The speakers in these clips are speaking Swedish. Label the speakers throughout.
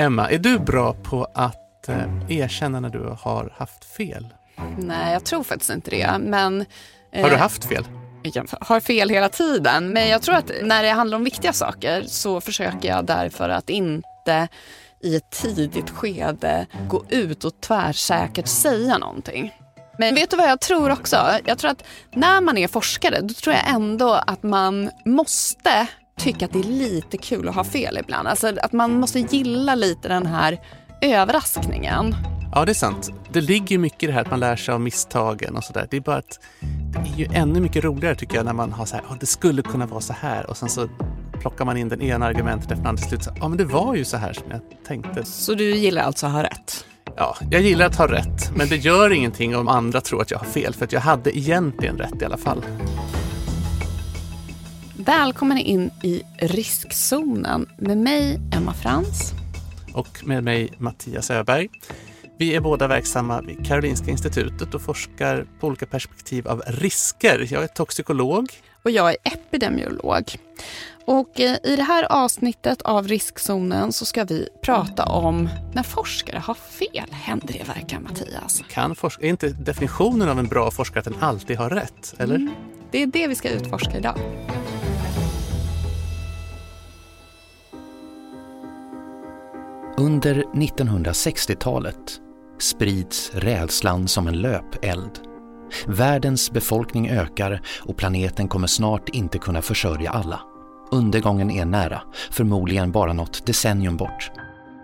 Speaker 1: Emma, är du bra på att erkänna när du har haft fel?
Speaker 2: Nej, jag tror faktiskt inte det. Men,
Speaker 1: har du haft fel?
Speaker 2: Jag har fel hela tiden. Men jag tror att när det handlar om viktiga saker så försöker jag därför att inte i ett tidigt skede gå ut och tvärsäkert säga någonting. Men vet du vad jag tror också? Jag tror att när man är forskare, då tror jag ändå att man måste tycka att det är lite kul att ha fel ibland. Alltså att man måste gilla lite den här överraskningen.
Speaker 1: Ja, det är sant. Det ligger mycket i det här att man lär sig av misstagen och sådär. Det är bara att det är ju ännu mycket roligare tycker jag när man har så här, det skulle kunna vara så här. Och sen så plockar man in den ena argumentet efter andra slut. Men det var ju så här som jag tänkte.
Speaker 2: Så du gillar alltså att ha rätt?
Speaker 1: Ja, jag gillar att ha rätt. Men det gör ingenting om andra tror att jag har fel. För att jag hade egentligen rätt i alla fall.
Speaker 2: Välkommen in i riskzonen med mig, Emma Frans.
Speaker 1: Och med mig, Mattias Öberg. Vi är båda verksamma vid Karolinska institutet och forskar på olika perspektiv av risker. Jag är toxikolog.
Speaker 2: Och jag är epidemiolog. Och i det här avsnittet av riskzonen så ska vi prata om när forskare har fel. Händer det verkligen, Mattias?
Speaker 1: Är inte definitionen av en bra forskare att den alltid har rätt, eller?
Speaker 2: Det är det vi ska utforska idag.
Speaker 3: Under 1960-talet sprids rädslan som en löpeld. Världens befolkning ökar och planeten kommer snart inte kunna försörja alla. Undergången är nära, förmodligen bara något decennium bort.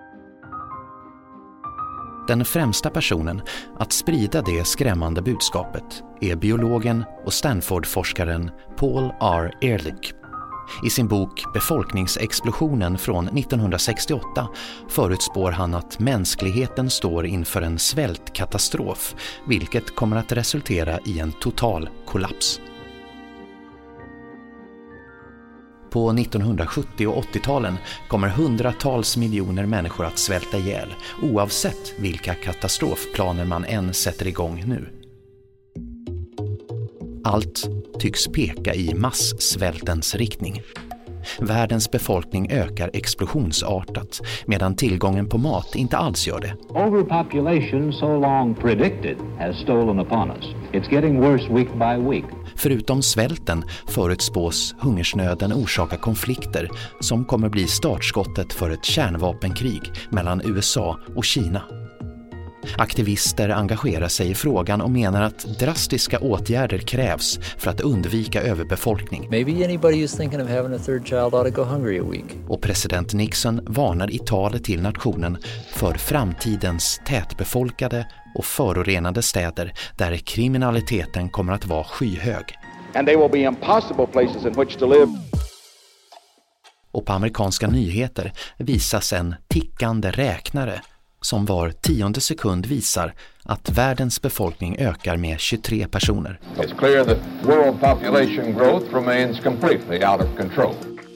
Speaker 3: Den främsta personen att sprida det skrämmande budskapet är biologen och Stanford-forskaren Paul R. Ehrlich. I sin bok Befolkningsexplosionen från 1968 förutspår han att mänskligheten står inför en svältkatastrof, vilket kommer att resultera i en total kollaps. På 1970- och 80-talen kommer hundratals miljoner människor att svälta ihjäl, oavsett vilka katastrofplaner man än sätter igång nu. Allt tycks peka i massvältens riktning. Världens befolkning ökar explosionsartat, medan tillgången på mat inte alls gör det.
Speaker 4: Overpopulation, so long predicted, has stolen upon us. It's getting worse week by week.
Speaker 3: Förutom svälten förutspås hungersnöden orsaka konflikter som kommer bli startskottet för ett kärnvapenkrig mellan USA och Kina. Aktivister engagerar sig i frågan och menar att drastiska åtgärder krävs för att undvika överbefolkning.
Speaker 5: Maybe anybody who's thinking of having a third child ought to go hungry a week.
Speaker 3: Och president Nixon varnar i talet till nationen för framtidens tätbefolkade och förorenade städer där kriminaliteten kommer att vara skyhög.
Speaker 6: And they will be impossible places in which to live.
Speaker 3: Och på amerikanska nyheter visas en tickande räknare som var 10:e sekund visar att världens befolkning ökar med 23 personer.
Speaker 6: It's clear that world population growth remains completely out of control.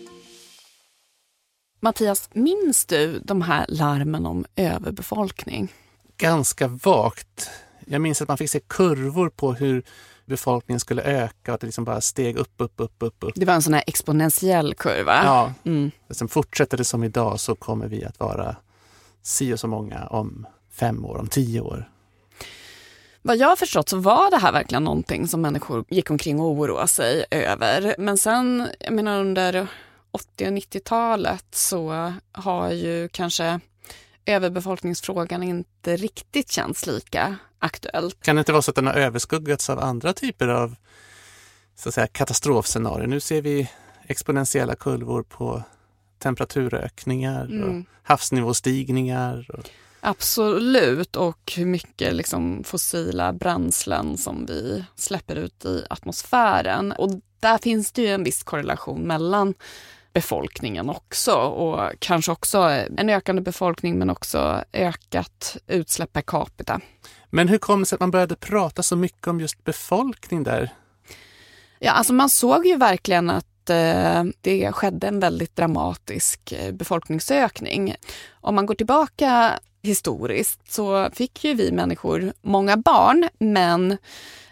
Speaker 2: Mattias, minns du de här larmen om överbefolkning?
Speaker 1: Ganska vagt. Jag minns att man fick se kurvor på hur befolkningen skulle öka och att det liksom bara steg upp.
Speaker 2: Det var en sån här exponentiell kurva.
Speaker 1: Ja, sen fortsätter det som idag så kommer vi att vara si och så många om 5 år, om 10 år.
Speaker 2: Vad jag har förstått så var det här verkligen någonting som människor gick omkring och oroade sig över. Men sen, jag menar under 80- och 90-talet så har ju kanske överbefolkningsfrågan inte riktigt känts lika aktuellt.
Speaker 1: Kan det inte vara så att den har överskuggats av andra typer av så att säga, katastrofscenarier? Nu ser vi exponentiella kurvor på temperaturökningar och havsnivåstigningar.
Speaker 2: Absolut, och hur mycket liksom fossila bränslen som vi släpper ut i atmosfären. Och där finns det ju en viss korrelation mellan befolkningen också och kanske också en ökande befolkning men också ökat utsläpp per capita.
Speaker 1: Men hur kom det sig att man började prata så mycket om just befolkning där?
Speaker 2: Ja, alltså man såg ju verkligen att det skedde en väldigt dramatisk befolkningsökning. Om man går tillbaka historiskt så fick ju vi människor många barn, men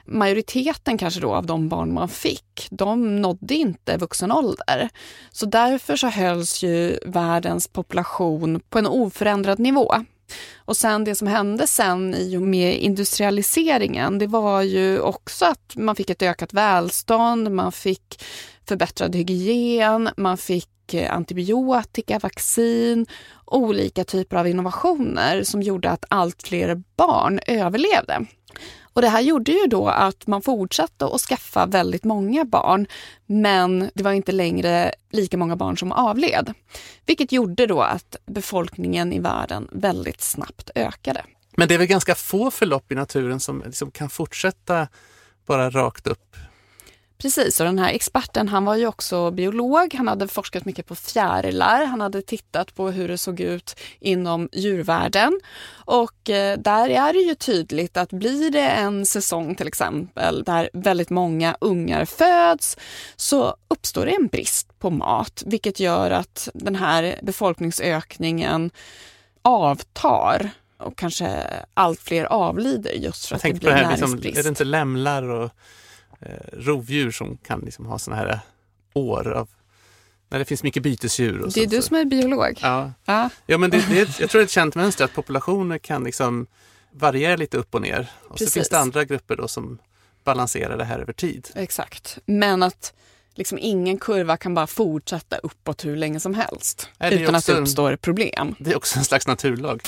Speaker 2: majoriteten kanske då av de barn man fick, de nådde inte vuxen ålder. Så därför så hölls ju världens population på en oförändrad nivå. Och sen det som hände sen i och med industrialiseringen, det var ju också att man fick ett ökat välstånd, man fick förbättrad hygien, man fick antibiotika, vaccin, olika typer av innovationer som gjorde att allt fler barn överlevde. Och det här gjorde ju då att man fortsatte att skaffa väldigt många barn, men det var inte längre lika många barn som avled. Vilket gjorde då att befolkningen i världen väldigt snabbt ökade.
Speaker 1: Men det är väl ganska få förlopp i naturen som liksom kan fortsätta bara rakt upp?
Speaker 2: Precis, och den här experten, han var ju också biolog, han hade forskat mycket på fjärilar, han hade tittat på hur det såg ut inom djurvärlden och där är det ju tydligt att blir det en säsong till exempel där väldigt många ungar föds så uppstår det en brist på mat, vilket gör att den här befolkningsökningen avtar och kanske allt fler avlider just för att det blir näringsbrist.
Speaker 1: Liksom, är det inte lämlar och rovdjur som kan liksom ha såna här år av när det finns mycket bytesdjur. Och
Speaker 2: det är du som är biolog.
Speaker 1: Ja, ja men jag tror det är ett känt mönster att populationer kan liksom variera lite upp och ner. Och Precis. Så finns det andra grupper då som balanserar det här över tid.
Speaker 2: Exakt, men att liksom ingen kurva kan bara fortsätta uppåt hur länge som helst utan att det uppstår problem.
Speaker 1: Det är också en slags naturlag.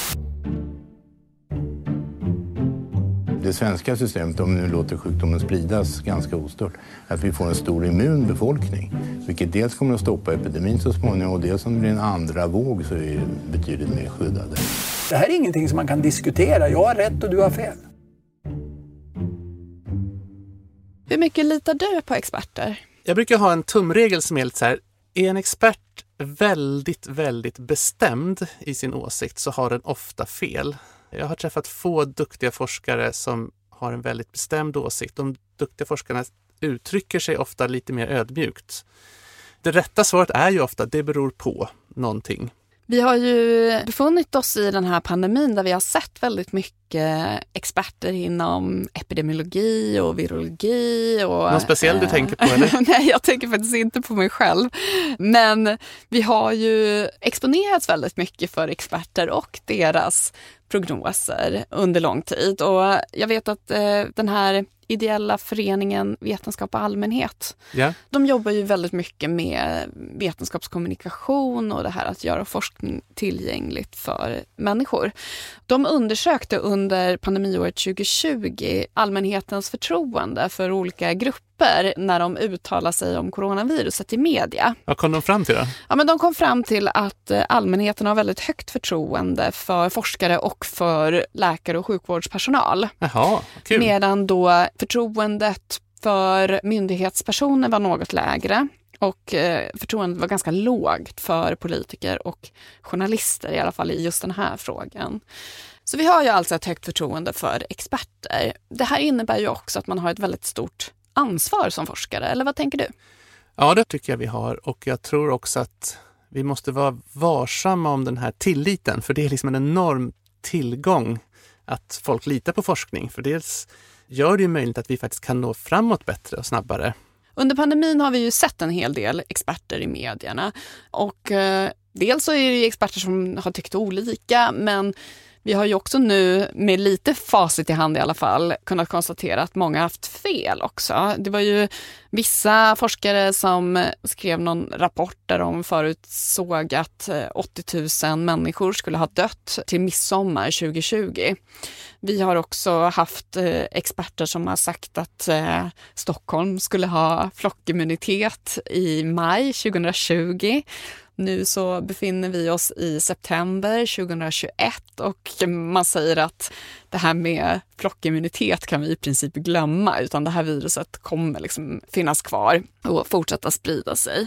Speaker 7: Det svenska systemet, om vi nu låter sjukdomen spridas ganska ostört, att vi får en stor immun befolkning. Vilket dels kommer att stoppa epidemin så småningom och dels om det blir en andra våg så är vi betydligt mer skyddade.
Speaker 8: Det här är ingenting som man kan diskutera. Jag har rätt och du har fel.
Speaker 2: Hur mycket litar du på experter?
Speaker 1: Jag brukar ha en tumregel som är lite så här, är en expert väldigt, väldigt bestämd i sin åsikt så har den ofta fel. Jag har träffat få duktiga forskare som har en väldigt bestämd åsikt. De duktiga forskarna uttrycker sig ofta lite mer ödmjukt. Det rätta svaret är ju ofta att det beror på någonting.
Speaker 2: Vi har ju befunnit oss i den här pandemin där vi har sett väldigt mycket experter inom epidemiologi och virologi. Och,
Speaker 1: någon speciell du tänker på eller?
Speaker 2: Nej, jag tänker faktiskt inte på mig själv. Men vi har ju exponerats väldigt mycket för experter och deras prognoser under lång tid. Och jag vet att den här ideella föreningen Vetenskap och allmänhet.
Speaker 1: Yeah.
Speaker 2: De jobbar ju väldigt mycket med vetenskapskommunikation och det här att göra forskning tillgängligt för människor. De undersökte under pandemiåret 2020 allmänhetens förtroende för olika grupper när de uttalar sig om coronaviruset i media.
Speaker 1: Vad kom de fram till då?
Speaker 2: Ja, men de kom fram till att allmänheten har väldigt högt förtroende för forskare och för läkare och sjukvårdspersonal.
Speaker 1: Jaha, kul.
Speaker 2: Medan då förtroendet för myndighetspersoner var något lägre och förtroendet var ganska lågt för politiker och journalister, i alla fall i just den här frågan. Så vi har ju alltså ett högt förtroende för experter. Det här innebär ju också att man har ett väldigt stort ansvar som forskare, eller vad tänker du?
Speaker 1: Ja, det tycker jag vi har, och jag tror också att vi måste vara varsamma om den här tilliten, för det är liksom en enorm tillgång att folk litar på forskning, för dels gör det ju möjligt att vi faktiskt kan nå framåt bättre och snabbare.
Speaker 2: Under pandemin har vi ju sett en hel del experter i medierna och dels så är det ju experter som har tyckt olika, men vi har ju också nu med lite facit i hand i alla fall kunnat konstatera att många har haft fel också. Det var ju vissa forskare som skrev någon rapport där de förutsåg att 80 000 människor skulle ha dött till midsommar 2020. Vi har också haft experter som har sagt att Stockholm skulle ha flockimmunitet i maj 2020. Nu så befinner vi oss i september 2021 och man säger att det här med flockimmunitet kan vi i princip glömma, utan det här viruset kommer liksom finnas kvar och fortsätta sprida sig.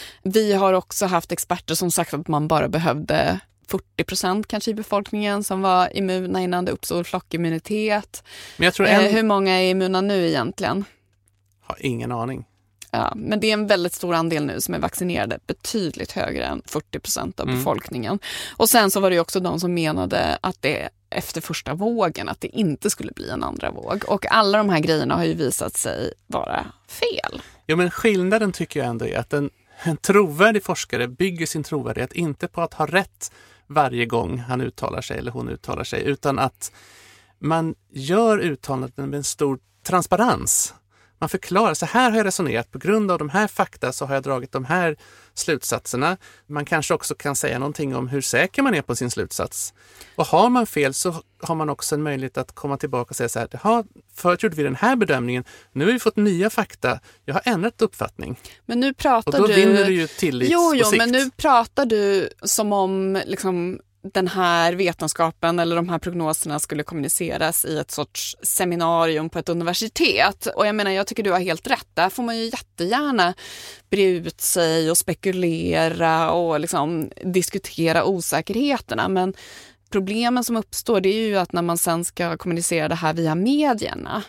Speaker 2: Vi har också haft experter som sagt att man bara behövde 40% kanske i befolkningen som var immuna innan det uppstod flockimmunitet.
Speaker 1: Men jag tror
Speaker 2: hur många är immuna nu egentligen?
Speaker 1: Har ingen aning.
Speaker 2: Ja, men det är en väldigt stor andel nu som är vaccinerade, betydligt högre än 40% av befolkningen. Och sen så var det ju också de som menade att det efter första vågen att det inte skulle bli en andra våg. Och alla de här grejerna har ju visat sig vara fel.
Speaker 1: Jo, men skillnaden tycker jag ändå är att en trovärdig forskare bygger sin trovärdighet inte på att ha rätt varje gång han uttalar sig eller hon uttalar sig, utan att man gör uttalandet med en stor transparens. Man förklarar, så här har jag resonerat, på grund av de här fakta så har jag dragit de här slutsatserna. Man kanske också kan säga någonting om hur säker man är på sin slutsats. Och har man fel så har man också en möjlighet att komma tillbaka och säga så här, förut gjorde vi den här bedömningen, nu har vi fått nya fakta, jag har ändrat uppfattning.
Speaker 2: Men nu pratar
Speaker 1: och då vinner du ju tillit på sikt.
Speaker 2: Men nu pratar du som om liksom den här vetenskapen eller de här prognoserna skulle kommuniceras i ett sorts seminarium på ett universitet. Och jag menar, jag tycker du har helt rätt. Där får man ju jättegärna bre ut sig och spekulera och liksom diskutera osäkerheterna. Men problemen som uppstår, det är ju att när man sen ska kommunicera det här via medierna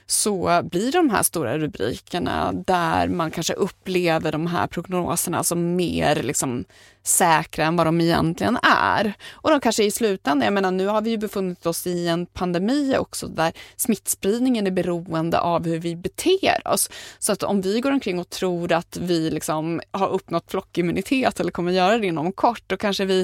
Speaker 2: så blir de här stora rubrikerna där man kanske upplever de här prognoserna som mer liksom säkra än vad de egentligen är. Och de kanske i slutändan, jag menar, nu har vi ju befunnit oss i en pandemi också där smittspridningen är beroende av hur vi beter oss. Så att om vi går omkring och tror att vi liksom har uppnått flockimmunitet eller kommer göra det inom kort, då kanske vi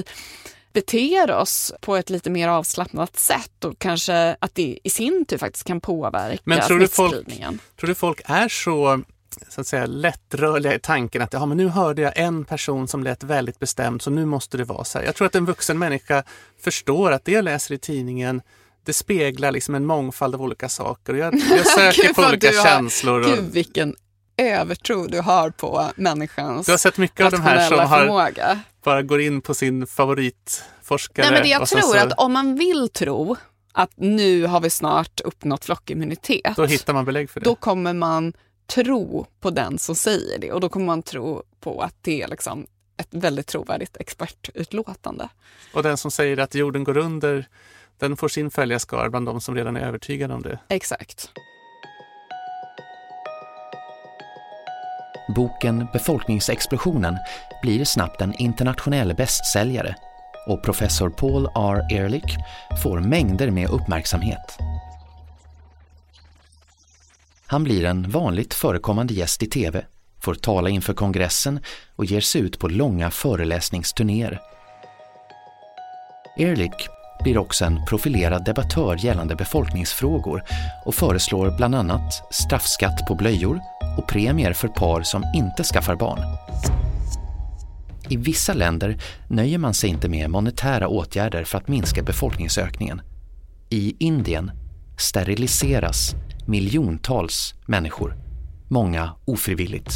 Speaker 2: beter oss på ett lite mer avslappnat sätt och kanske att det i sin tur faktiskt kan påverka smittspridningen.
Speaker 1: Tror du folk är så att säga lättrörliga i tanken att men nu hörde jag en person som lät väldigt bestämd så nu måste det vara så här. Jag tror att en vuxen människa förstår att det jag läser i tidningen, det speglar liksom en mångfald av olika saker och jag söker på olika känslor.
Speaker 2: Gud, vilken övertro du har på människans.
Speaker 1: Du har sett mycket av de här som
Speaker 2: förmåga.
Speaker 1: Bara går in på sin favoritforskare.
Speaker 2: Nej, men det jag tror att om man vill tro att nu har vi snart uppnått flockimmunitet.
Speaker 1: Då hittar man belägg för det.
Speaker 2: Då kommer man tro på den som säger det och då kommer man tro på att det är liksom ett väldigt trovärdigt expertutlåtande.
Speaker 1: Och den som säger att jorden går under, den får sin följarskara bland de som redan är övertygade om det.
Speaker 2: Exakt.
Speaker 3: Boken Befolkningsexplosionen blir snabbt en internationell bästsäljare och professor Paul R. Ehrlich får mängder med uppmärksamhet. Han blir en vanligt förekommande gäst i tv, får tala inför kongressen och ger sig ut på långa föreläsningsturnéer. Ehrlich blir också en profilerad debattör gällande befolkningsfrågor och föreslår bland annat straffskatt på blöjor och premier för par som inte skaffar barn. I vissa länder nöjer man sig inte med monetära åtgärder för att minska befolkningsökningen. I Indien steriliseras miljontals människor, många ofrivilligt.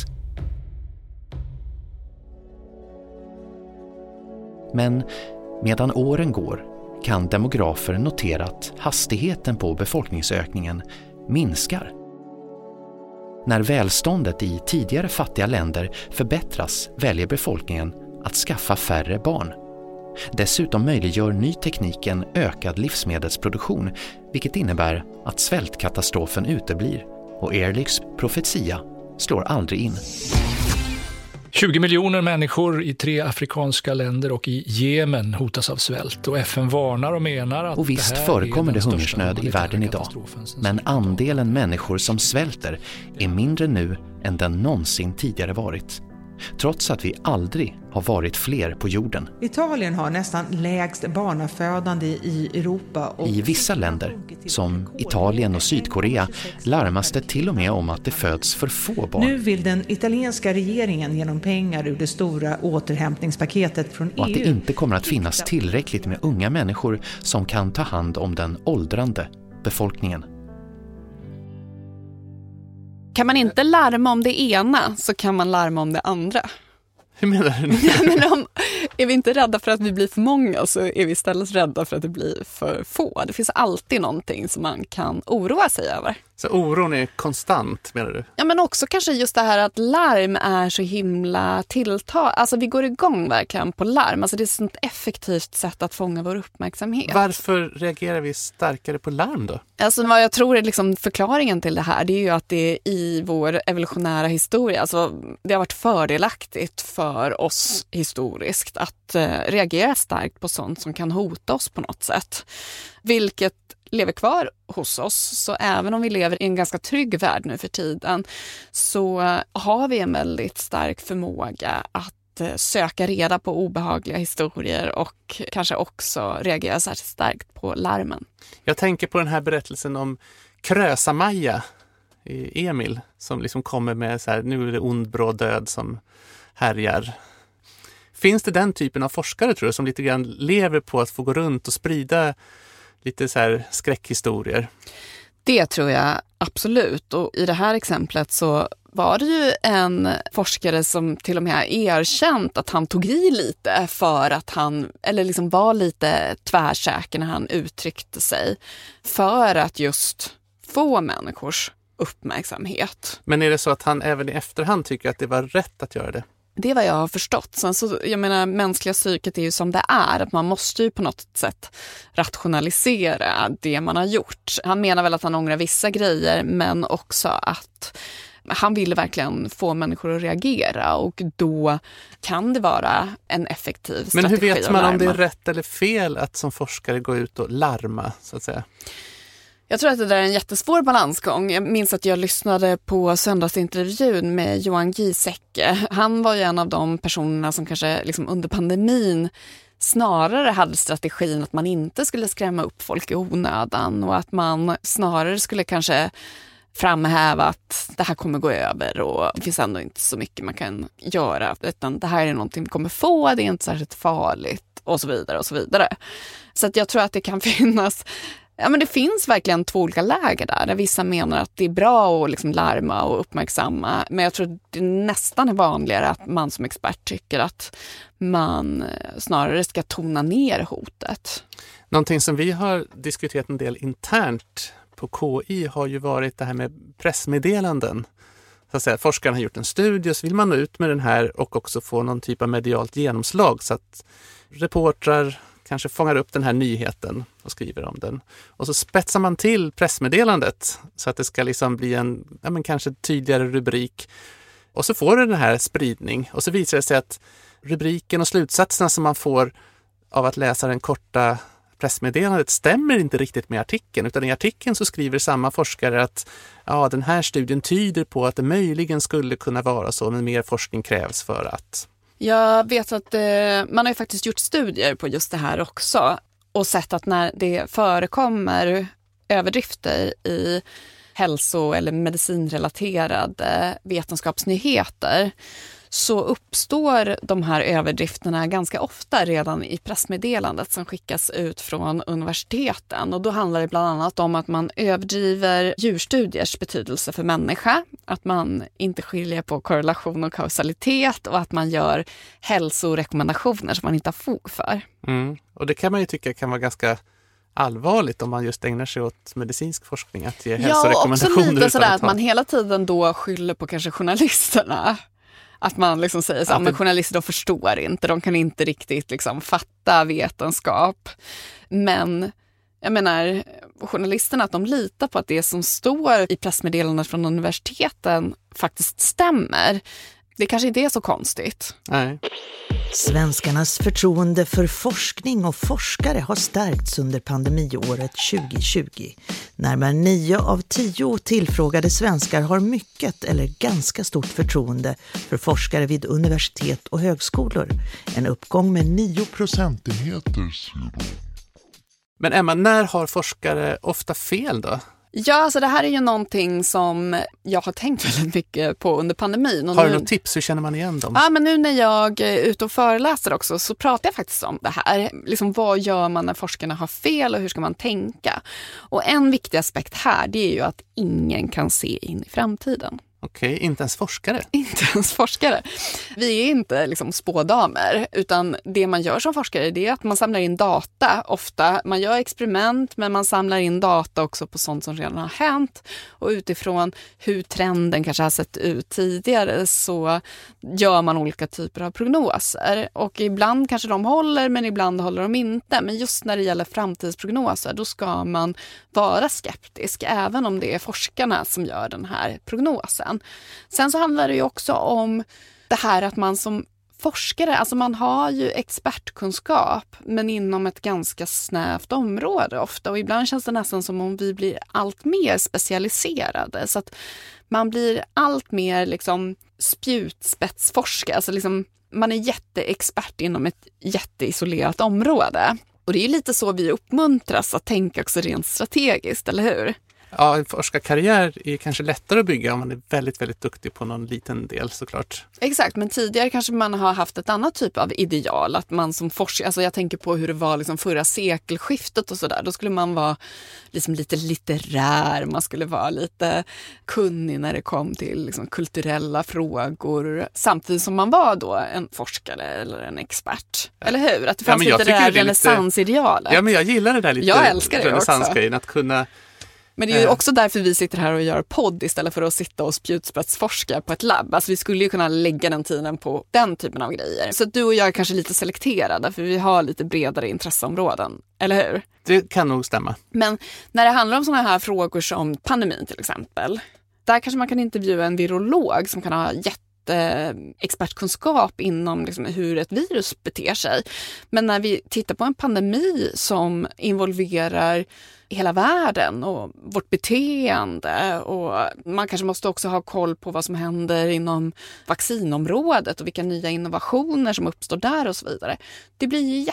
Speaker 3: Men medan åren går kan demografer notera att hastigheten på befolkningsökningen minskar. När välståndet i tidigare fattiga länder förbättras väljer befolkningen att skaffa färre barn. Dessutom möjliggör ny teknik en ökad livsmedelsproduktion, vilket innebär att svältkatastrofen uteblir och Ehrlichs profetia slår aldrig in.
Speaker 9: 20 miljoner människor i 3 afrikanska länder och i Jemen hotas av svält och FN varnar och menar att
Speaker 3: och visst förekommer det hungersnöd i världen idag, men andelen människor som svälter är mindre nu än den någonsin tidigare varit. Trots att vi aldrig har varit fler på jorden.
Speaker 10: Italien har nästan lägst barnafödande i Europa. Och
Speaker 3: i vissa länder, som Italien och Sydkorea, larmas det till och med om att det föds för få barn.
Speaker 10: Nu vill den italienska regeringen genom pengar ur det stora återhämtningspaketet från EU.
Speaker 3: Och att det inte kommer att finnas tillräckligt med unga människor som kan ta hand om den åldrande befolkningen.
Speaker 2: Kan man inte larma om det ena så kan man larma om det andra.
Speaker 1: Hur menar du?
Speaker 2: Men är vi inte rädda för att vi blir för många så är vi istället rädda för att det blir för få. Det finns alltid någonting som man kan oroa sig över.
Speaker 1: Så oron är konstant, menar du?
Speaker 2: Ja, men också kanske just det här att larm är så himla Alltså vi går igång verkligen på larm. Alltså det är ett sånt effektivt sätt att fånga vår uppmärksamhet.
Speaker 1: Varför reagerar vi starkare på larm då?
Speaker 2: Alltså vad jag tror är liksom förklaringen till det här, det är ju att det i vår evolutionära historia, alltså det har varit fördelaktigt för oss historiskt att reagera starkt på sånt som kan hota oss på något sätt. Vilket lever kvar hos oss, så även om vi lever i en ganska trygg värld nu för tiden så har vi en väldigt stark förmåga att söka reda på obehagliga historier och kanske också reagera särskilt starkt på larmen.
Speaker 1: Jag tänker på den här berättelsen om Krösa-Maja i Emil som liksom kommer med så här, nu är det ond bråd död som härjar. Finns det den typen av forskare tror du som lite grann lever på att få gå runt och sprida lite så här skräckhistorier?
Speaker 2: Det tror jag absolut. Och i det här exemplet så var det ju en forskare som till och med har erkänt att han tog i lite för att han, eller liksom var lite tvärsäker när han uttryckte sig för att just få människors uppmärksamhet.
Speaker 1: Men är det så att han även i efterhand tycker att det var rätt att göra det?
Speaker 2: Det är vad jag har förstått. Sen så, jag menar, mänskliga psyket är ju som det är. Att man måste ju på något sätt rationalisera det man har gjort. Han menar väl att han ångrar vissa grejer, men också att han ville verkligen få människor att reagera. Och då kan det vara en effektiv strategi.
Speaker 1: Men hur vet man om det är rätt eller fel att som forskare gå ut och larma, så att säga?
Speaker 2: Jag tror att det där är en jättesvår balansgång. Jag minns att jag lyssnade på söndagsintervjun med Johan Giesecke. Han var ju en av de personerna som kanske liksom under pandemin snarare hade strategin att man inte skulle skrämma upp folk i onödan och att man snarare skulle kanske framhäva att det här kommer gå över och det finns ändå inte så mycket man kan göra, utan det här är någonting vi kommer få, det är inte särskilt farligt och så vidare och så vidare. Så att jag tror att det kan finnas. Ja, men det finns verkligen två olika läger där vissa menar att det är bra att liksom larma och uppmärksamma. Men jag tror att det nästan är vanligare att man som expert tycker att man snarare ska tona ner hotet.
Speaker 1: Någonting som vi har diskuterat en del internt på KI har ju varit det här med pressmeddelanden. Så att säga, forskaren har gjort en studie, så vill man nå ut med den här och också få någon typ av medialt genomslag så att reportrar kanske fångar upp den här nyheten och skriver om den. Och så spetsar man till pressmeddelandet så att det ska liksom bli en kanske tydligare rubrik. Och så får det den här spridning. Och så visar det sig att rubriken och slutsatserna som man får av att läsa den korta pressmeddelandet stämmer inte riktigt med artikeln. Utan i artikeln så skriver samma forskare att den här studien tyder på att det möjligen skulle kunna vara så, men mer forskning krävs för att. Jag vet att man har ju faktiskt gjort studier på just det här också och sett att när det förekommer överdrifter i hälso- eller medicinrelaterade vetenskapsnyheter så uppstår de här överdrifterna ganska ofta redan i pressmeddelandet som skickas ut från universiteten. Och då handlar det bland annat om att man överdriver djurstudiers betydelse för människa, att man inte skiljer på korrelation och kausalitet och att man gör hälsorekommendationer som man inte har fog för. Och det kan man ju tycka kan vara ganska allvarligt om man just ägnar sig åt medicinsk forskning att ge hälsorekommendationer. Ja, också lite sådär att man hela tiden då skyller på kanske journalisterna. Att man liksom säger så, men journalister de förstår inte, de kan inte riktigt liksom fatta vetenskap. Men jag menar, journalisterna att de litar på att det som står i pressmeddelandet från universiteten faktiskt stämmer. Det kanske inte är så konstigt. Nej.
Speaker 11: Svenskarnas förtroende för forskning och forskare har stärkts under pandemiåret 2020. Närmare 9 av 10 tillfrågade svenskar har mycket eller ganska stort förtroende för forskare vid universitet och högskolor. En uppgång med 9 procentenheter.
Speaker 1: Men Emma, när har forskare ofta fel då?
Speaker 2: Ja, alltså det här är ju någonting som jag har tänkt väldigt mycket på under pandemin. Och
Speaker 1: har du något tips? Hur känner man igen dem?
Speaker 2: Ja, men nu när jag är ute och föreläser också så pratar jag faktiskt om det här. Liksom, vad gör man när forskarna har fel och hur ska man tänka? Och en viktig aspekt här, det är ju att ingen kan se in i framtiden.
Speaker 1: Okej, inte ens forskare?
Speaker 2: Inte ens forskare. Vi är inte liksom spådamer, utan det man gör som forskare det är att man samlar in data ofta. Man gör experiment, men man samlar in data också på sånt som redan har hänt. Och utifrån hur trenden kanske har sett ut tidigare så gör man olika typer av prognoser. Och ibland kanske de håller, men ibland håller de inte. Men just när det gäller framtidsprognoser, då ska man vara skeptisk, även om det är forskarna som gör den här prognosen. Sen så handlar det ju också om det här att man som forskare, alltså man har ju expertkunskap men inom ett ganska snävt område ofta, och ibland känns det nästan som om vi blir allt mer specialiserade, så att man blir allt mer liksom spjutspetsforskare, alltså liksom man är jätteexpert inom ett jätteisolerat område. Och det är ju lite så vi uppmuntras att tänka också rent strategiskt, eller hur?
Speaker 1: Ja, en forskarkarriär är kanske lättare att bygga om man är väldigt, väldigt duktig på någon liten del såklart.
Speaker 2: Exakt, men tidigare kanske man har haft ett annat typ av ideal. Att man som forskare, alltså jag tänker på hur det var liksom förra sekelskiftet och sådär. Då skulle man vara liksom lite litterär, man skulle vara lite kunnig när det kom till liksom kulturella frågor. Samtidigt som man var då en forskare eller en expert. Eller hur? Att det fanns lite det där renässansidealet.
Speaker 1: Ja, men jag gillar det där lite.
Speaker 2: Jag älskar det
Speaker 1: renässansgrejen, att kunna...
Speaker 2: Men det är ju också därför vi sitter här och gör podd istället för att sitta och spjutspetsforska på ett labb. Alltså vi skulle ju kunna lägga den tiden på den typen av grejer. Så du och jag är kanske lite selekterade för vi har lite bredare intresseområden, eller hur?
Speaker 1: Det kan nog stämma.
Speaker 2: Men när det handlar om sådana här frågor som pandemin till exempel, där kanske man kan intervjua en virolog som kan ha expertkunskap inom liksom hur ett virus beter sig. Men när vi tittar på en pandemi som involverar hela världen och vårt beteende, och man kanske måste också ha koll på vad som händer inom vaccinområdet och vilka nya innovationer som uppstår där och så vidare. Det blir ju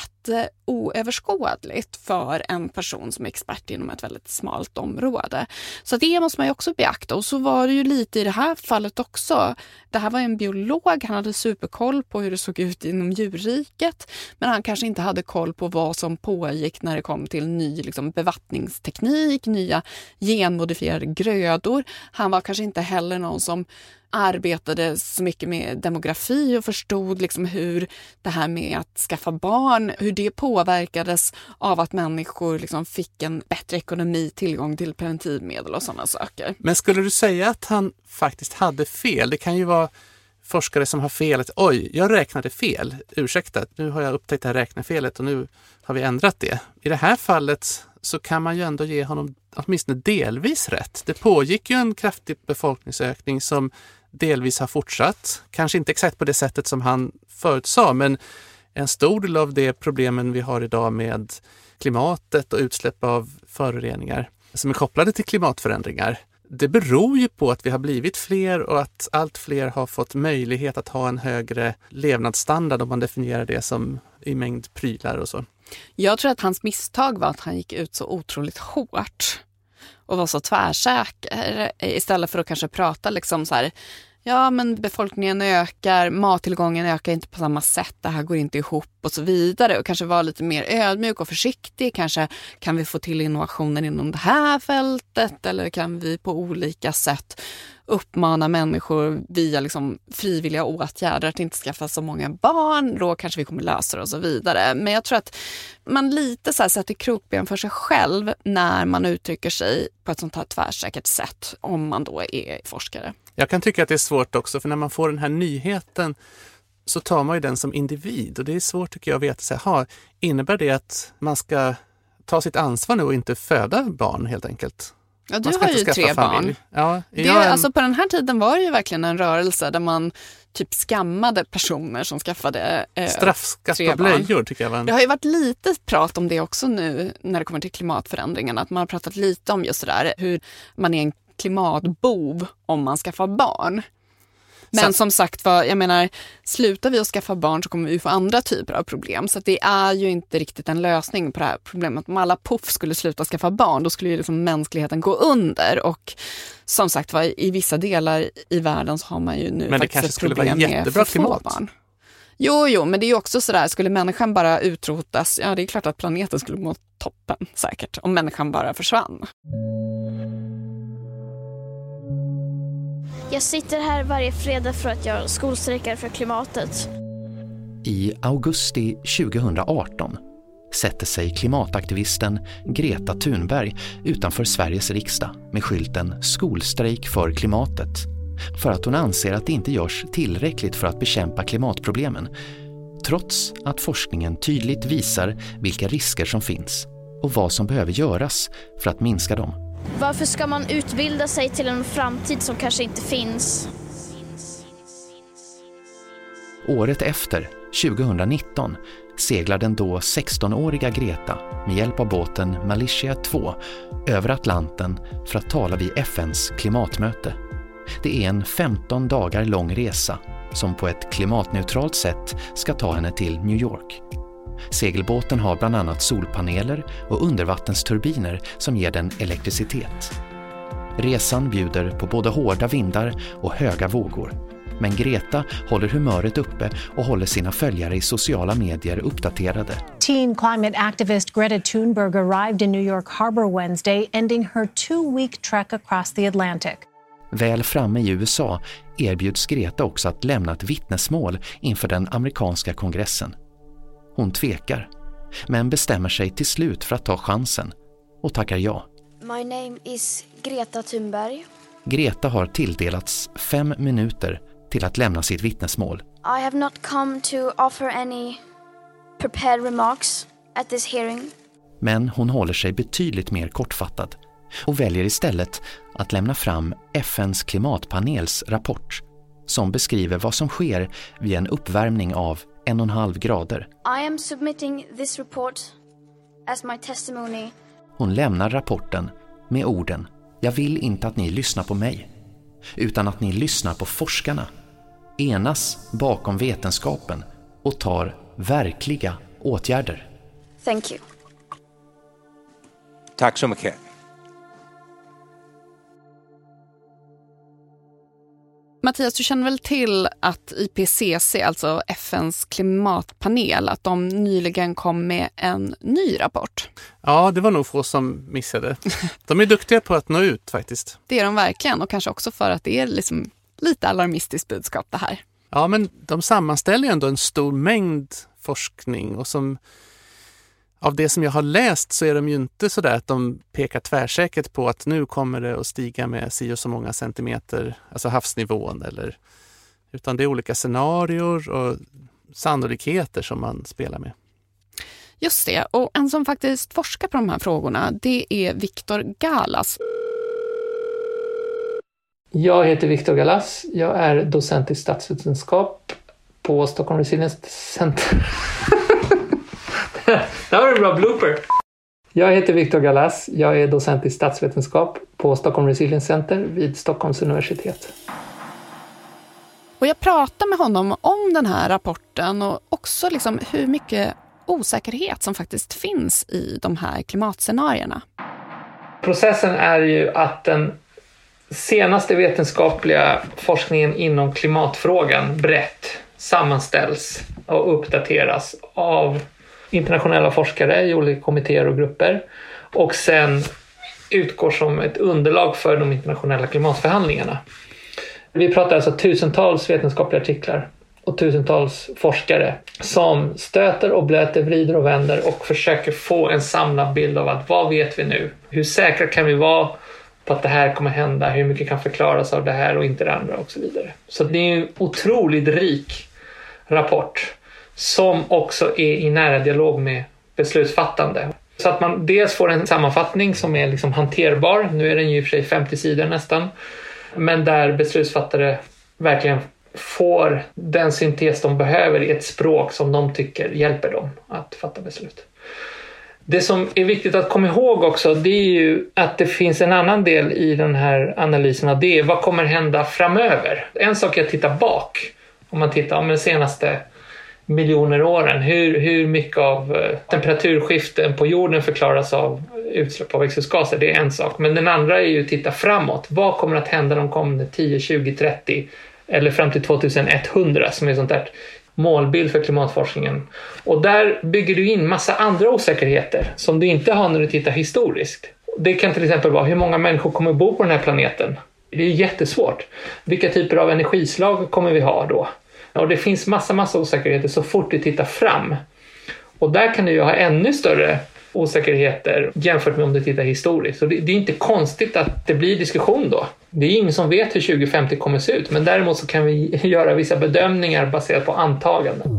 Speaker 2: jätteoöverskådligt för en person som är expert inom ett väldigt smalt område. Så det måste man ju också beakta, och så var det ju lite i det här fallet också. Det här var en biolog, han hade superkoll på hur det såg ut inom djurriket, men han kanske inte hade koll på vad som pågick när det kom till ny liksom, bevattningsteknik, nya genmodifierade grödor. Han var kanske inte heller någon som arbetade så mycket med demografi och förstod liksom hur det här med att skaffa barn, hur det påverkades av att människor liksom fick en bättre ekonomi, tillgång till preventivmedel och sådana saker.
Speaker 1: Men skulle du säga att han faktiskt hade fel? Det kan ju vara forskare som har fel att oj, jag räknade fel. Ursäkta, nu har jag upptäckt det här räknefelet och nu har vi ändrat det. I det här fallet så kan man ju ändå ge honom åtminstone delvis rätt. Det pågick ju en kraftig befolkningsökning som delvis har fortsatt. Kanske inte exakt på det sättet som han förutsa, men en stor del av de problemen vi har idag med klimatet och utsläpp av föroreningar som är kopplade till klimatförändringar, det beror ju på att vi har blivit fler och att allt fler har fått möjlighet att ha en högre levnadsstandard, om man definierar det som i mängd prylar och så.
Speaker 2: Jag tror att hans misstag var att han gick ut så otroligt hårt och var så tvärsäker istället för att kanske prata liksom så här, ja men befolkningen ökar, mattillgången ökar inte på samma sätt, det här går inte ihop och så vidare, och kanske vara lite mer ödmjuk och försiktig. Kanske kan vi få till innovationer inom det här fältet, eller kan vi på olika sätt uppmana människor via liksom frivilliga åtgärder att inte skaffa så många barn, då kanske vi kommer lösa det och så vidare. Men jag tror att man lite så här sätter krokben för sig själv när man uttrycker sig på ett sånt här tvärsäkert sätt, om man då är forskare.
Speaker 1: Jag kan tycka att det är svårt också, för när man får den här nyheten så tar man ju den som individ, och det är svårt tycker jag att veta sig, innebär det att man ska ta sitt ansvar nu och inte föda barn helt enkelt?
Speaker 2: Ja, du har ju 3 barn.
Speaker 1: Ja,
Speaker 2: alltså på den här tiden var det ju verkligen en rörelse där man typ skammade personer som skaffade
Speaker 1: straffskatt på blöjor tycker jag.
Speaker 2: Det har ju varit lite prat om det också nu när det kommer till klimatförändringarna, att man har pratat lite om just det där, hur man är en klimatbov om man skaffar barn. Men som sagt, jag menar, slutar vi att skaffa barn så kommer vi få andra typer av problem. Så att det är ju inte riktigt en lösning på det här problemet. Om alla skulle sluta skaffa barn, då skulle ju liksom mänskligheten gå under. Och som sagt, i vissa delar i världen så har man ju nu faktiskt ett problem med för få barn. Jo, men det är ju också sådär, skulle människan bara utrotas, ja det är klart att planeten skulle må toppen säkert, om människan bara försvann.
Speaker 12: Jag sitter här varje fredag för att jag skolstrejkar för klimatet.
Speaker 3: I augusti 2018 sätter sig klimataktivisten Greta Thunberg utanför Sveriges riksdag med skylten "Skolstrejk för klimatet" för att hon anser att det inte görs tillräckligt för att bekämpa klimatproblemen, trots att forskningen tydligt visar vilka risker som finns och vad som behöver göras för att minska dem.
Speaker 12: Varför ska man utbilda sig till en framtid som kanske inte finns?
Speaker 3: Året efter, 2019, seglar den då 16-åriga Greta med hjälp av båten Malicia 2 över Atlanten för att tala vid FNs klimatmöte. Det är en 15 dagar lång resa som på ett klimatneutralt sätt ska ta henne till New York. Segelbåten har bland annat solpaneler och undervattensturbiner som ger den elektricitet. Resan bjuder på både hårda vindar och höga vågor. Men Greta håller humöret uppe och håller sina följare i sociala medier uppdaterade.
Speaker 13: Teen climate activist Greta Thunberg arrived in New York Harbor Wednesday, ending her 2-week trek across the Atlantic.
Speaker 3: Väl framme i USA erbjuds Greta också att lämna ett vittnesmål inför den amerikanska kongressen. Hon tvekar, men bestämmer sig till slut för att ta chansen och tackar ja.
Speaker 12: My name is Greta Thunberg.
Speaker 3: Greta har tilldelats 5 minuter till att lämna sitt vittnesmål.
Speaker 12: I have not come to offer any prepared remarks at this hearing.
Speaker 3: Men hon håller sig betydligt mer kortfattad och väljer istället att lämna fram FNs klimatpanels rapport som beskriver vad som sker vid en uppvärmning av 1,5 grader.
Speaker 12: I am submitting this report as my testimony.
Speaker 3: Hon lämnar rapporten med orden: "Jag vill inte att ni lyssnar på mig, utan att ni lyssnar på forskarna, enas bakom vetenskapen och tar verkliga åtgärder."
Speaker 12: Thank you.
Speaker 14: Tack så mycket.
Speaker 2: Mattias, du känner väl till att IPCC, alltså FNs klimatpanel, att de nyligen kom med en ny rapport?
Speaker 1: Ja, det var nog få som missade. De är duktiga på att nå ut faktiskt.
Speaker 2: Det är de verkligen, och kanske också för att det är liksom lite alarmistiskt budskap det här.
Speaker 1: Ja, men de sammanställer ändå en stor mängd forskning, och som av det som jag har läst så är de ju inte så där att de pekar tvärsäkert på att nu kommer det att stiga med si och så många centimeter, alltså havsnivån, utan det är olika scenarier och sannolikheter som man spelar med.
Speaker 2: Just det, och en som faktiskt forskar på de här frågorna, det är Viktor Galas.
Speaker 15: Jag heter Viktor Galas, jag är docent i statsvetenskap på Stockholm Resilience Center. Det var en bra blooper. Jag heter Viktor Galas, jag är docent i statsvetenskap på Stockholm Resilience Center vid Stockholms universitet.
Speaker 2: Och jag pratar med honom om den här rapporten och också liksom hur mycket osäkerhet som faktiskt finns i de här klimatscenarierna.
Speaker 15: Processen är ju att den senaste vetenskapliga forskningen inom klimatfrågan brett sammanställs och uppdateras av internationella forskare i olika kommittéer och grupper, och sen utgår som ett underlag för de internationella klimatförhandlingarna. Vi pratar alltså tusentals vetenskapliga artiklar och tusentals forskare som stöter och blöter, vrider och vänder och försöker få en samlad bild av att vad vet vi nu? Hur säkra kan vi vara på att det här kommer hända? Hur mycket kan förklaras av det här och inte det andra och så vidare. Så det är en otroligt rik rapport som också är i nära dialog med beslutsfattande. Så att man dels får en sammanfattning som är liksom hanterbar, nu är den ju i och för sig 50 sidor nästan, men där beslutsfattare verkligen får den syntes de behöver i ett språk som de tycker hjälper dem att fatta beslut. Det som är viktigt att komma ihåg också, det är ju att det finns en annan del i den här analysen, och det är vad kommer hända framöver. En sak är att titta bak, om man tittar om de senaste miljoner åren, hur mycket av temperaturskiften på jorden förklaras av utsläpp av växthusgaser, det är en sak. Men den andra är ju att titta framåt. Vad kommer att hända de kommande 10, 20, 30 eller fram till 2100 som är sånt där målbild för klimatforskningen. Och där bygger du in massa andra osäkerheter som du inte har när du tittar historiskt. Det kan till exempel vara hur många människor kommer bo på den här planeten Det är jättesvårt. Vilka typer av energislag kommer vi ha då? Och det finns massa osäkerheter så fort vi tittar fram. Och där kan du ju ha ännu större osäkerheter jämfört med om du tittar historiskt. Så det är inte konstigt att det blir diskussion då. Det är ingen som vet hur 2050 kommer se ut, men däremot så kan vi göra vissa bedömningar baserat på antaganden.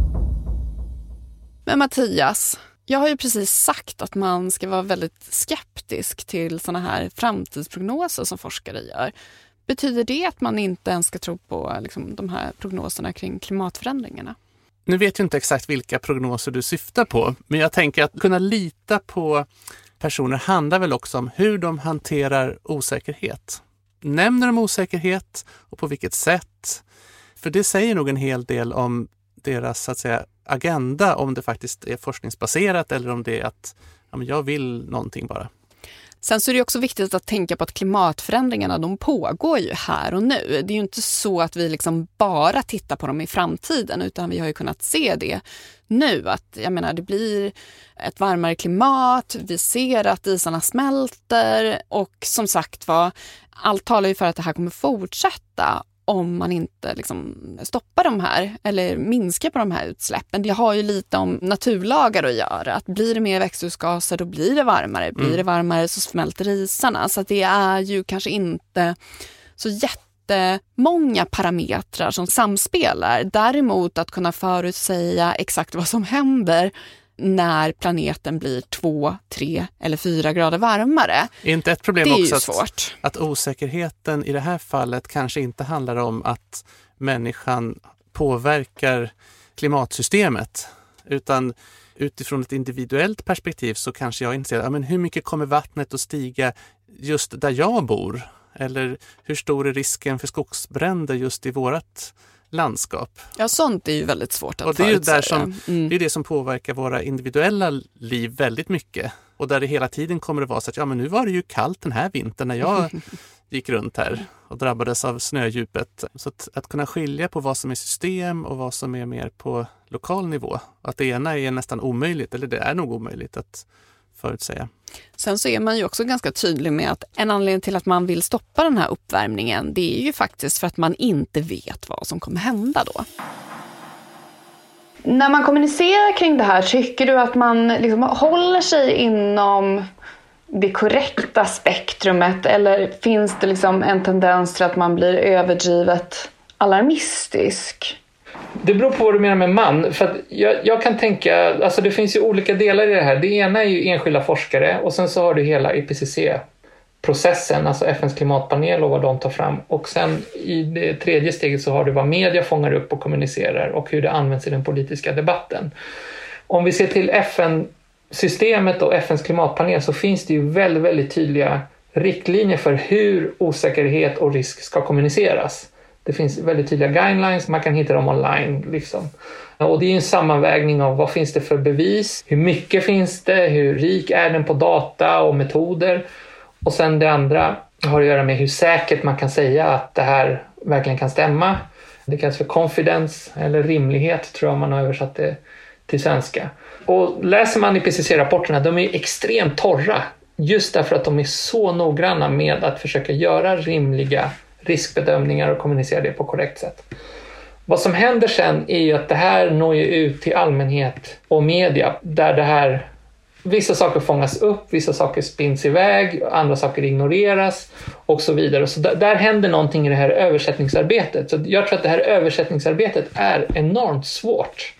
Speaker 2: Men Mattias, jag har ju precis sagt att man ska vara väldigt skeptisk till såna här framtidsprognoser som forskare gör. Betyder det att man inte ens ska tro på liksom, de här prognoserna kring klimatförändringarna?
Speaker 1: Nu vet jag inte exakt vilka prognoser du syftar på, men jag tänker att kunna lita på personer handlar väl också om hur de hanterar osäkerhet. Nämner de osäkerhet och på vilket sätt? För det säger nog en hel del om deras så att säga, agenda, om det faktiskt är forskningsbaserat eller om det är att ja, men jag vill någonting bara.
Speaker 2: Sen så är det också viktigt att tänka på att klimatförändringarna, de pågår ju här och nu. Det är ju inte så att vi liksom bara tittar på dem i framtiden, utan vi har ju kunnat se det nu. Att, jag menar, det blir ett varmare klimat, vi ser att isarna smälter och som sagt var, allt talar ju för att det här kommer fortsätta om man inte liksom stoppar de här eller minskar på de här utsläppen. Det har ju lite om naturlagar att göra. Att blir det mer växthusgaser då blir det varmare. Blir det varmare så smälter isarna. Så att det är ju kanske inte så jättemånga parametrar som samspelar. Däremot att kunna förutsäga exakt vad som händer när planeten blir 2, 3 eller 4 grader varmare.
Speaker 1: Är inte ett problem
Speaker 2: det är
Speaker 1: också
Speaker 2: ju svårt.
Speaker 1: Att osäkerheten i det här fallet kanske inte handlar om att människan påverkar klimatsystemet, utan utifrån ett individuellt perspektiv så kanske jag är intresserad, men hur mycket kommer vattnet att stiga just där jag bor? Eller hur stor är risken för skogsbränder just i vårat landskap?
Speaker 2: Ja, sånt är ju väldigt svårt att
Speaker 1: och det är ju
Speaker 2: förutsäga.
Speaker 1: där som, det är det som påverkar våra individuella liv väldigt mycket. Och där det hela tiden kommer att vara så att ja, men nu var det ju kallt den här vintern när jag gick runt här och drabbades av snödjupet. Så att kunna skilja på vad som är system och vad som är mer på lokal nivå. Att det ena är nästan omöjligt, eller det är nog omöjligt att förutsäga.
Speaker 2: Sen så är man ju också ganska tydlig med att en anledning till att man vill stoppa den här uppvärmningen, det är ju faktiskt för att man inte vet vad som kommer hända då. När man kommunicerar kring det här, tycker du att man liksom håller sig inom det korrekta spektrumet, eller finns det liksom en tendens till att man blir överdrivet alarmistisk?
Speaker 15: Det beror på vad du menar med man. För att jag kan tänka, alltså det finns ju olika delar i det här. Det ena är ju enskilda forskare och sen så har du hela IPCC-processen, alltså FNs klimatpanel och vad de tar fram. Och sen i det tredje steget så har du vad media fångar upp och kommunicerar och hur det används i den politiska debatten. Om vi ser till FN-systemet och FNs klimatpanel så finns det ju väldigt, väldigt tydliga riktlinjer för hur osäkerhet och risk ska kommuniceras. Det finns väldigt tydliga guidelines, man kan hitta dem online. Liksom. Och det är en sammanvägning av vad finns det för bevis, hur mycket finns det, hur rik är den på data och metoder. Och sen det andra har att göra med hur säkert man kan säga att det här verkligen kan stämma. Det kallas för confidence eller rimlighet, tror jag man har översatt det till svenska. Och läser man IPCC-rapporterna, de är extremt torra. Just därför att de är så noggranna med att försöka göra rimliga riskbedömningar och kommunicera det på korrekt sätt. Vad som händer sen är ju att det här når ju ut till allmänhet och media, där det här, vissa saker fångas upp, vissa saker spins iväg, andra saker ignoreras och så vidare. Så där händer någonting i det här översättningsarbetet. Så jag tror att det här översättningsarbetet är enormt svårt.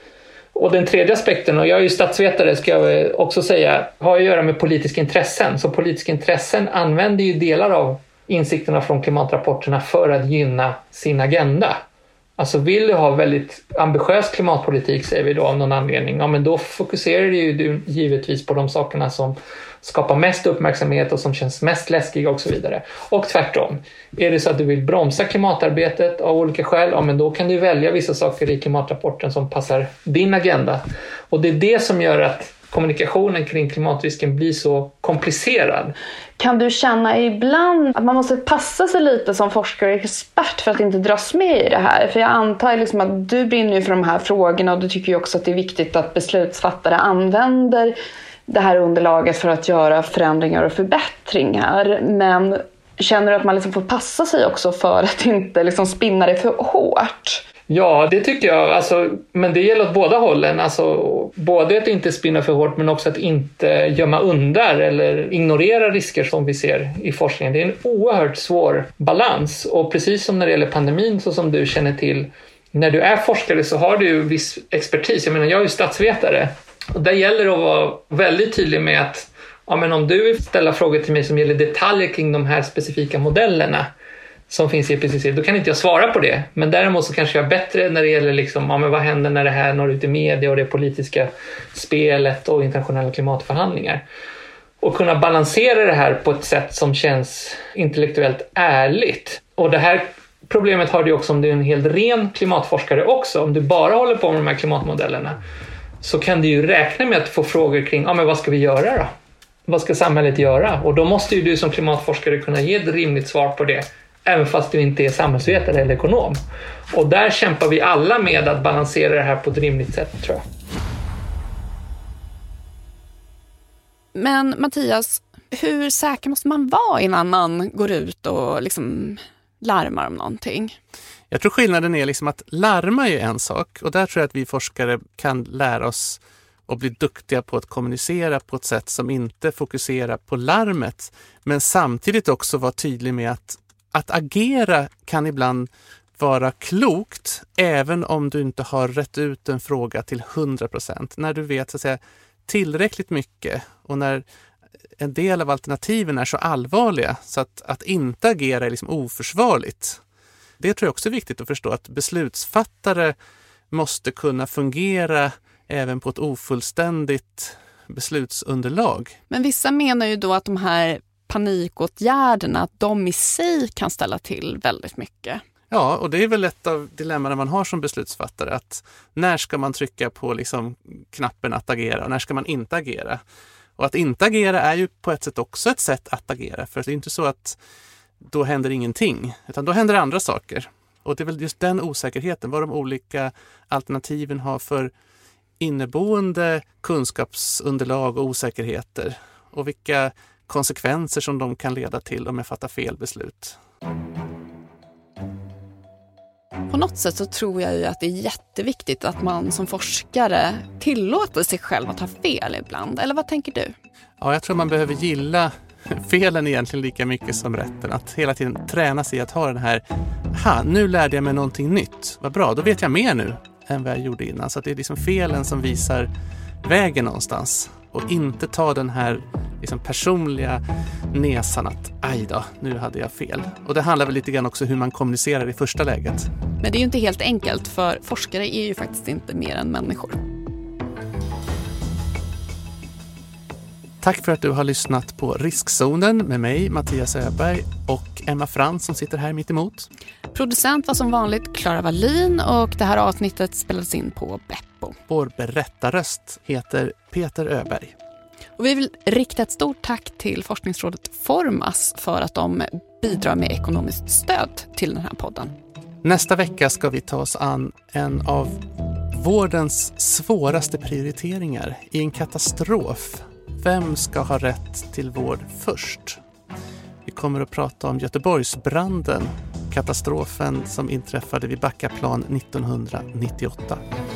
Speaker 15: Och den tredje aspekten, och jag är ju statsvetare ska jag också säga, har att göra med politiska intressen. Så politiska intressen använder ju delar av insikterna från klimatrapporterna för att gynna sin agenda. Alltså vill du ha väldigt ambitiös klimatpolitik, säger vi då av någon anledning, ja men då fokuserar du givetvis på de sakerna som skapar mest uppmärksamhet och som känns mest läskiga och så vidare. Och tvärtom, är det så att du vill bromsa klimatarbetet av olika skäl, ja men då kan du välja vissa saker i klimatrapporten som passar din agenda. Och det är det som gör att kommunikationen kring klimatrisken blir så komplicerad.
Speaker 2: Kan du känna ibland att man måste passa sig lite som forskare och expert för att inte dras med i det här? För jag antar liksom att du brinner ju för de här frågorna och du tycker ju också att det är viktigt att beslutsfattare använder det här underlaget för att göra förändringar och förbättringar. Men Känner du att man liksom får passa sig också för att inte liksom spinna det för hårt?
Speaker 15: Ja, det tycker jag. Alltså, men det gäller åt båda hållen. Alltså, både att inte spinna för hårt men också att inte gömma undan eller ignorera risker som vi ser i forskningen. Det är en oerhört svår balans. Och precis som när det gäller pandemin, så som du känner till, när du är forskare så har du viss expertis. Jag menar, jag är ju statsvetare. Och där gäller det att vara väldigt tydlig med att men om du vill ställa frågor till mig som gäller detaljer kring de här specifika modellerna som finns i IPCC, då kan inte jag svara på det. Men däremot så kanske jag är bättre när det gäller liksom, men vad händer när det här når ut i media och det politiska spelet och internationella klimatförhandlingar. Och kunna balansera det här på ett sätt som känns intellektuellt ärligt. Och det här problemet har du också om du är en helt ren klimatforskare också. Om du bara håller på med de här klimatmodellerna så kan du ju räkna med att få frågor kring men vad ska vi göra då? Vad ska samhället göra? Och då måste ju du som klimatforskare kunna ge ett rimligt svar på det, även fast du inte är samhällsvetare eller ekonom. Och där kämpar vi alla med att balansera det här på ett rimligt sätt, tror jag.
Speaker 2: Men Mattias, hur säker måste man vara innan man går ut och liksom larmar om någonting?
Speaker 1: Jag tror skillnaden är liksom att larma är en sak, och där tror jag att vi forskare kan lära oss och bli duktiga på att kommunicera på ett sätt som inte fokuserar på larmet, men samtidigt också vara tydlig med att agera kan ibland vara klokt även om du inte har rätt ut en fråga till 100%. När du vet så att säga tillräckligt mycket och när en del av alternativen är så allvarliga så att inte agera är liksom oförsvarligt. Det tror jag också är viktigt att förstå, att beslutsfattare måste kunna fungera även på ett ofullständigt beslutsunderlag.
Speaker 2: Men vissa menar ju då att de här panikåtgärderna, att de i sig kan ställa till väldigt mycket.
Speaker 1: Ja, och det är väl ett av dilemmarna man har som beslutsfattare, att när ska man trycka på liksom knappen att agera och när ska man inte agera? Och att inte agera är ju på ett sätt också ett sätt att agera, för det är inte så att då händer ingenting, utan då händer andra saker. Och det är väl just den osäkerheten, vad de olika alternativen har för inneboende kunskapsunderlag och osäkerheter och vilka konsekvenser som de kan leda till om jag fattar fel beslut.
Speaker 2: På något sätt så tror jag ju att det är jätteviktigt att man som forskare tillåter sig själv att ha fel ibland. Eller vad tänker du?
Speaker 1: Ja, jag tror man behöver gilla felen egentligen lika mycket som rätten. Att hela tiden träna sig att ha den här, nu lärde jag mig någonting nytt. Vad bra, då vet jag mer nu än vad jag gjorde innan. Så att det är liksom felen som visar vägen någonstans. Och inte ta den här liksom personliga näsan att aj då, nu hade jag fel. Och det handlar väl lite grann också hur man kommunicerar i första läget.
Speaker 2: Men det är ju inte helt enkelt, för forskare är ju faktiskt inte mer än människor.
Speaker 1: Tack för att du har lyssnat på Riskzonen med mig, Mattias Öberg, och Emma Frans som sitter här mitt emot.
Speaker 2: Producent var som vanligt Clara Wallin och det här avsnittet spelades in på Beppo.
Speaker 1: Vår berättarröst heter Peter Öberg.
Speaker 2: Och vi vill rikta ett stort tack till forskningsrådet Formas för att de bidrar med ekonomiskt stöd till den här podden.
Speaker 1: Nästa vecka ska vi ta oss an en av vårdens svåraste prioriteringar i en katastrof. Vem ska ha rätt till vård först? Vi kommer att prata om Göteborgsbranden, katastrofen som inträffade vid Backaplan 1998.